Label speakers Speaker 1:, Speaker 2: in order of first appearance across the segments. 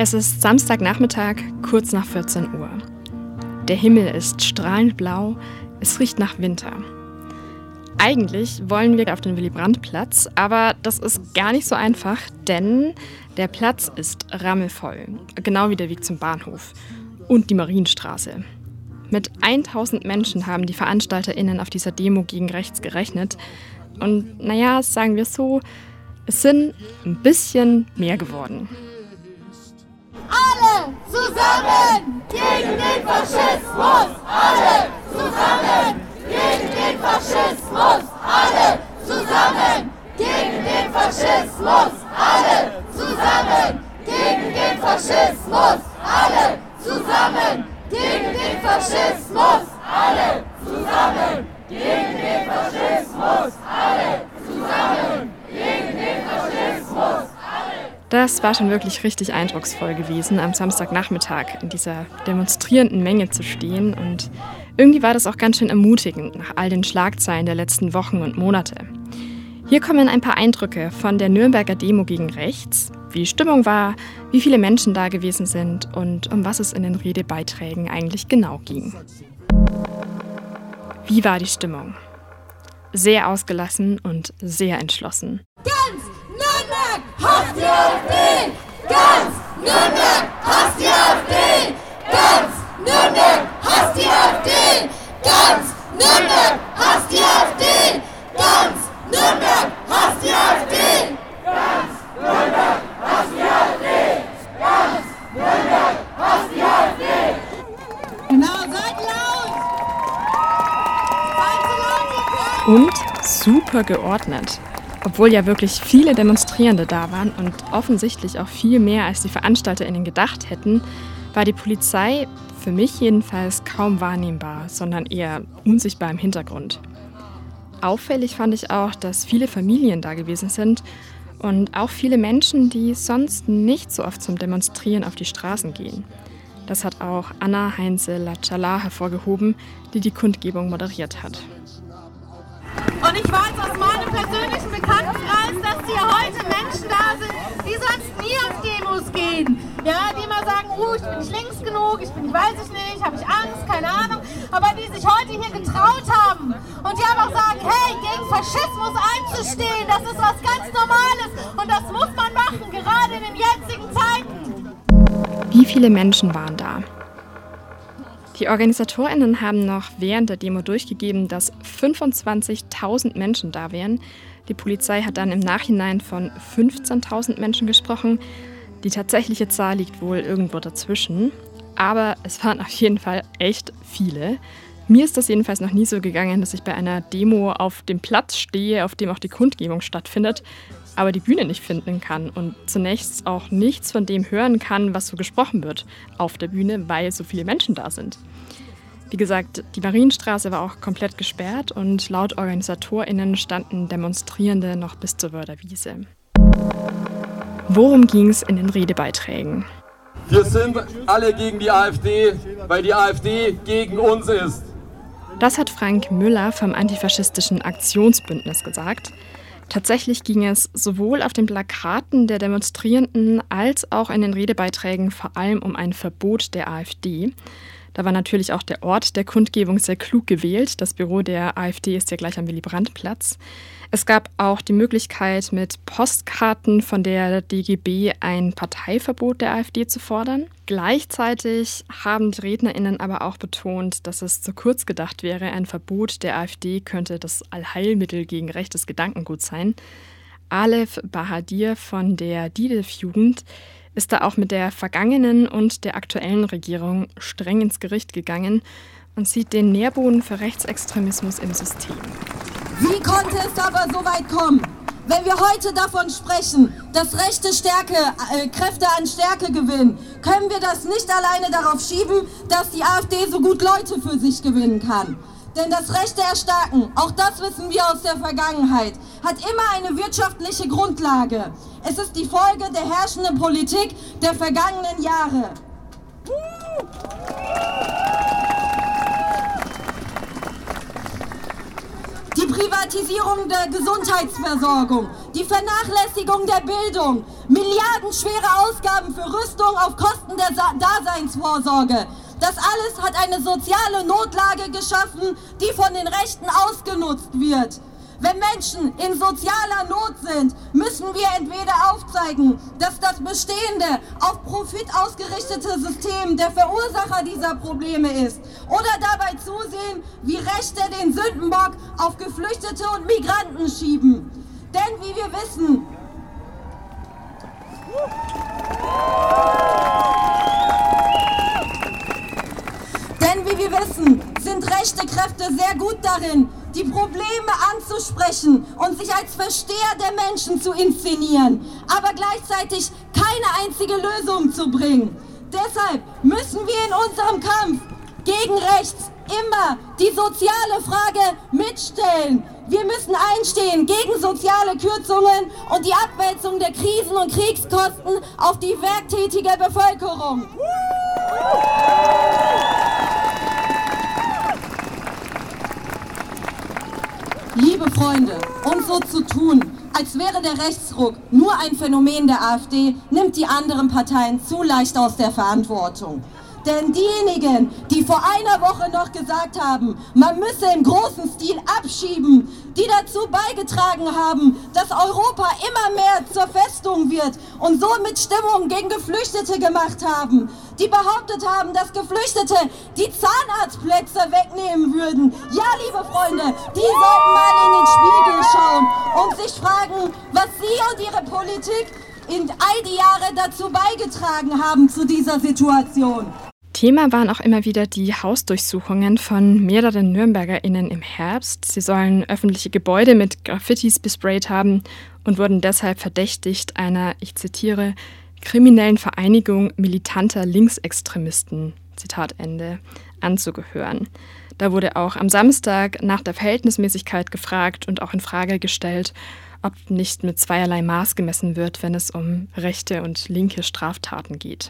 Speaker 1: Es ist Samstagnachmittag, kurz nach 14 Uhr. Der Himmel ist strahlend blau, es riecht nach Winter. Eigentlich wollen wir auf den Willy-Brandt-Platz, aber das ist gar nicht so einfach, denn der Platz ist rammelvoll, genau wie der Weg zum Bahnhof und die Marienstraße. Mit 1000 Menschen haben die VeranstalterInnen auf dieser Demo gegen rechts gerechnet. Und naja, sagen wir es so, es sind ein bisschen mehr geworden.
Speaker 2: Alle zusammen gegen den Faschismus! Alle zusammen gegen den Faschismus! Alle zusammen gegen den Faschismus! Alle zusammen gegen den Faschismus! Alle zusammen gegen den Faschismus! Alle zusammen gegen den Faschismus! Alle zusammen gegen den Faschismus!
Speaker 1: Das war schon wirklich richtig eindrucksvoll gewesen, am Samstagnachmittag in dieser demonstrierenden Menge zu stehen. Und irgendwie war das auch ganz schön ermutigend nach all den Schlagzeilen der letzten Wochen und Monate. Hier kommen ein paar Eindrücke von der Nürnberger Demo gegen rechts, wie die Stimmung war, wie viele Menschen da gewesen sind und um was es in den Redebeiträgen eigentlich genau ging. Wie war die Stimmung? Sehr ausgelassen und sehr entschlossen.
Speaker 2: Ganz Nürnberg hasst die AfD! Ganz Nürnberg hasst die AfD! Ganz Nürnberg hasst die AfD! Ganz Nürnberg hasst die AfD! Ganz Nürnberg hasst die AfD! Ganz Nürnberg hasst die AfD! Ganz Nürnberg hasst die AfD! Genau, seid laut! Seid so laut ihr könnt!
Speaker 1: Und super geordnet. Obwohl ja wirklich viele Demonstrierende da waren und offensichtlich auch viel mehr, als die VeranstalterInnen gedacht hätten, war die Polizei für mich jedenfalls kaum wahrnehmbar, sondern eher unsichtbar im Hintergrund. Auffällig fand ich auch, dass viele Familien da gewesen sind und auch viele Menschen, die sonst nicht so oft zum Demonstrieren auf die Straßen gehen. Das hat auch Anna Heinze-Latschala hervorgehoben, die die Kundgebung moderiert hat.
Speaker 3: Und ich weiß aus meinem persönlichen Bekanntenkreis, dass hier heute Menschen da sind, die sonst nie auf Demos gehen. Ja, die immer sagen, ich bin nicht links genug, weiß ich nicht, habe ich Angst, keine Ahnung. Aber die sich heute hier getraut haben und die einfach sagen, hey, gegen Faschismus einzustehen, das ist was ganz Normales und das muss man machen, gerade in den jetzigen Zeiten.
Speaker 1: Wie viele Menschen waren da? Die OrganisatorInnen haben noch während der Demo durchgegeben, dass 25.000 Menschen da wären. Die Polizei hat dann im Nachhinein von 15.000 Menschen gesprochen. Die tatsächliche Zahl liegt wohl irgendwo dazwischen. Aber es waren auf jeden Fall echt viele. Mir ist das jedenfalls noch nie so gegangen, dass ich bei einer Demo auf dem Platz stehe, auf dem auch die Kundgebung stattfindet, aber die Bühne nicht finden kann und zunächst auch nichts von dem hören kann, was so gesprochen wird auf der Bühne, weil so viele Menschen da sind. Wie gesagt, die Marienstraße war auch komplett gesperrt und laut OrganisatorInnen standen Demonstrierende noch bis zur Wörder Wiese. Worum ging es in den Redebeiträgen?
Speaker 4: Wir sind alle gegen die AfD, weil die AfD gegen uns ist.
Speaker 1: Das hat Frank Müller vom Antifaschistischen Aktionsbündnis gesagt. Tatsächlich ging es sowohl auf den Plakaten der Demonstrierenden als auch in den Redebeiträgen vor allem um ein Verbot der AfD. Da war natürlich auch der Ort der Kundgebung sehr klug gewählt. Das Büro der AfD ist ja gleich am Willy-Brandt-Platz. Es gab auch die Möglichkeit, mit Postkarten von der DGB ein Parteiverbot der AfD zu fordern. Gleichzeitig haben die RednerInnen aber auch betont, dass es zu kurz gedacht wäre. Ein Verbot der AfD könnte das Allheilmittel gegen rechtes Gedankengut sein. Alef Bahadir von der DIDEF-Jugend ist da auch mit der vergangenen und der aktuellen Regierung streng ins Gericht gegangen und sieht den Nährboden für Rechtsextremismus im System.
Speaker 5: Wie konnte es aber so weit kommen? Wenn wir heute davon sprechen, dass rechte Kräfte an Stärke gewinnen, können wir das nicht alleine darauf schieben, dass die AfD so gut Leute für sich gewinnen kann. Denn das rechte Erstarken, auch das wissen wir aus der Vergangenheit, hat immer eine wirtschaftliche Grundlage. Es ist die Folge der herrschenden Politik der vergangenen Jahre. Die Privatisierung der Gesundheitsversorgung, die Vernachlässigung der Bildung, milliardenschwere Ausgaben für Rüstung auf Kosten der Daseinsvorsorge. Das alles hat eine soziale Notlage geschaffen, die von den Rechten ausgenutzt wird. Wenn Menschen in sozialer Not sind, müssen wir entweder aufzeigen, dass das bestehende, auf Profit ausgerichtete System der Verursacher dieser Probleme ist, oder dabei zusehen, wie Rechte den Sündenbock auf Geflüchtete und Migranten schieben. Denn wie wir wissen, sind rechte Kräfte sehr gut darin, die Probleme anzusprechen und sich als Versteher der Menschen zu inszenieren, aber gleichzeitig keine einzige Lösung zu bringen. Deshalb müssen wir in unserem Kampf gegen rechts immer die soziale Frage mitstellen. Wir müssen einstehen gegen soziale Kürzungen und die Abwälzung der Krisen- und Kriegskosten auf die werktätige Bevölkerung. Liebe Freunde, uns so zu tun, als wäre der Rechtsruck nur ein Phänomen der AfD, nimmt die anderen Parteien zu leicht aus der Verantwortung. Denn diejenigen, die vor einer Woche noch gesagt haben, man müsse im großen Stil abschieben, die dazu beigetragen haben, dass Europa immer mehr zur Festung wird und somit Stimmung gegen Geflüchtete gemacht haben, die behauptet haben, dass Geflüchtete die Zahnarztplätze wegnehmen würden. Ja, liebe Freunde, die sollten mal in den Spiegel schauen und sich fragen, was sie und ihre Politik in all die Jahre dazu beigetragen haben zu dieser Situation.
Speaker 1: Thema waren auch immer wieder die Hausdurchsuchungen von mehreren NürnbergerInnen im Herbst. Sie sollen öffentliche Gebäude mit Graffitis besprayt haben und wurden deshalb verdächtigt, einer, ich zitiere, kriminellen Vereinigung militanter Linksextremisten, Zitat Ende, anzugehören. Da wurde auch am Samstag nach der Verhältnismäßigkeit gefragt und auch in Frage gestellt, ob nicht mit zweierlei Maß gemessen wird, wenn es um rechte und linke Straftaten geht.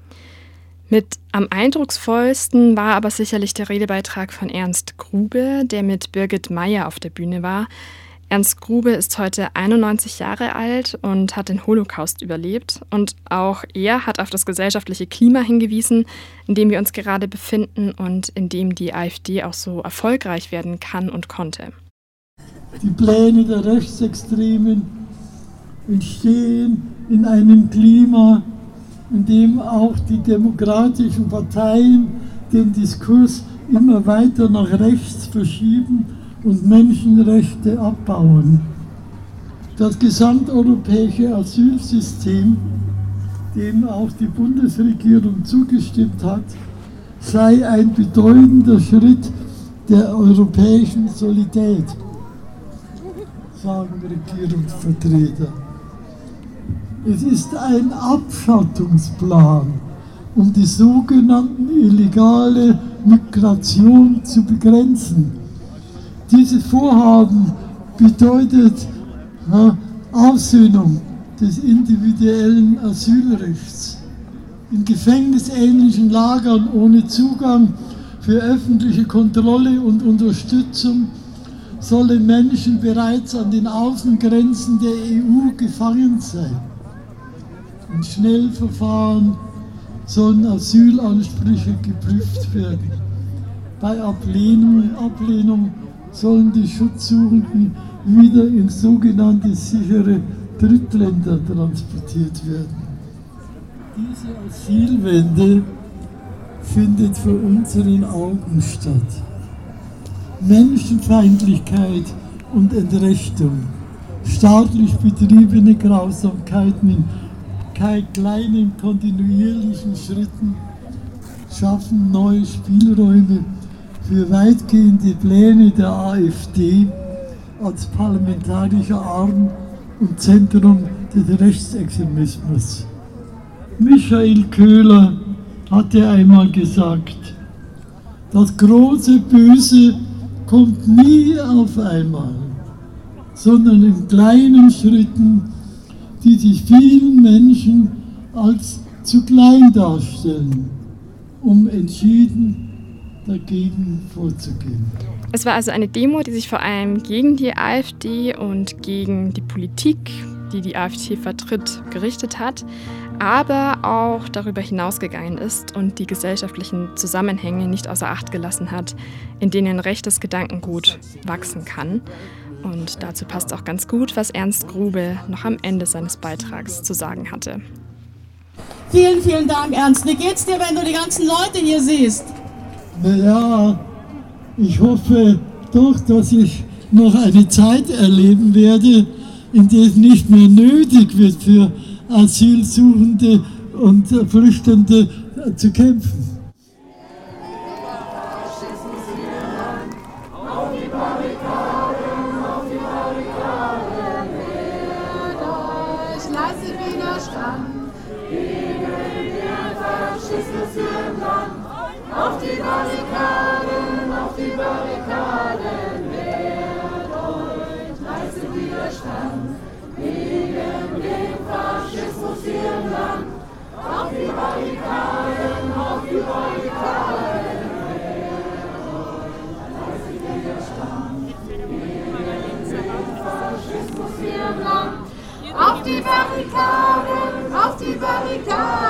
Speaker 1: Mit am eindrucksvollsten war aber sicherlich der Redebeitrag von Ernst Grube, der mit Birgit Meyer auf der Bühne war. Ernst Grube ist heute 91 Jahre alt und hat den Holocaust überlebt. Und auch er hat auf das gesellschaftliche Klima hingewiesen, in dem wir uns gerade befinden und in dem die AfD auch so erfolgreich werden kann und konnte.
Speaker 6: Die Pläne der Rechtsextremen entstehen in einem Klima, in dem auch die demokratischen Parteien den Diskurs immer weiter nach rechts verschieben und Menschenrechte abbauen. Das gesamteuropäische Asylsystem, dem auch die Bundesregierung zugestimmt hat, sei ein bedeutender Schritt der europäischen Solidarität, sagen Regierungsvertreter. Es ist ein Abschottungsplan, um die sogenannte illegale Migration zu begrenzen. Dieses Vorhaben bedeutet Aushöhlung des individuellen Asylrechts. In gefängnisähnlichen Lagern ohne Zugang für öffentliche Kontrolle und Unterstützung sollen Menschen bereits an den Außengrenzen der EU gefangen sein. In Schnellverfahren sollen Asylansprüche geprüft werden. Bei Ablehnung sollen die Schutzsuchenden wieder in sogenannte sichere Drittländer transportiert werden. Diese Asylwende findet vor unseren Augen statt. Menschenfeindlichkeit und Entrechtung, staatlich betriebene Grausamkeiten in kleinen kontinuierlichen Schritten schaffen neue Spielräume für weitgehende Pläne der AfD als parlamentarischer Arm und Zentrum des Rechtsextremismus. Michael Köhler hatte einmal gesagt, das große Böse kommt nie auf einmal, sondern in kleinen Schritten, die die vielen Menschen als zu klein darstellen, um entschieden dagegen vorzugehen.
Speaker 1: Es war also eine Demo, die sich vor allem gegen die AfD und gegen die Politik, die die AfD vertritt, gerichtet hat, aber auch darüber hinausgegangen ist und die gesellschaftlichen Zusammenhänge nicht außer Acht gelassen hat, in denen rechtes Gedankengut wachsen kann. Und dazu passt auch ganz gut, was Ernst Grube noch am Ende seines Beitrags zu sagen hatte.
Speaker 3: Vielen, vielen Dank, Ernst. Wie geht's dir, wenn du die ganzen Leute hier siehst?
Speaker 6: Naja, ich hoffe doch, dass ich noch eine Zeit erleben werde, in der es nicht mehr nötig wird, für Asylsuchende und Flüchtende zu kämpfen.
Speaker 2: Auf die Barrikaden, wehrt euch, leistet Widerstand gegen den Faschismus hier im Land. Auf die Barrikaden, wehrt euch, leistet Widerstand gegen den Faschismus hier im Land. Auf die Barrikaden,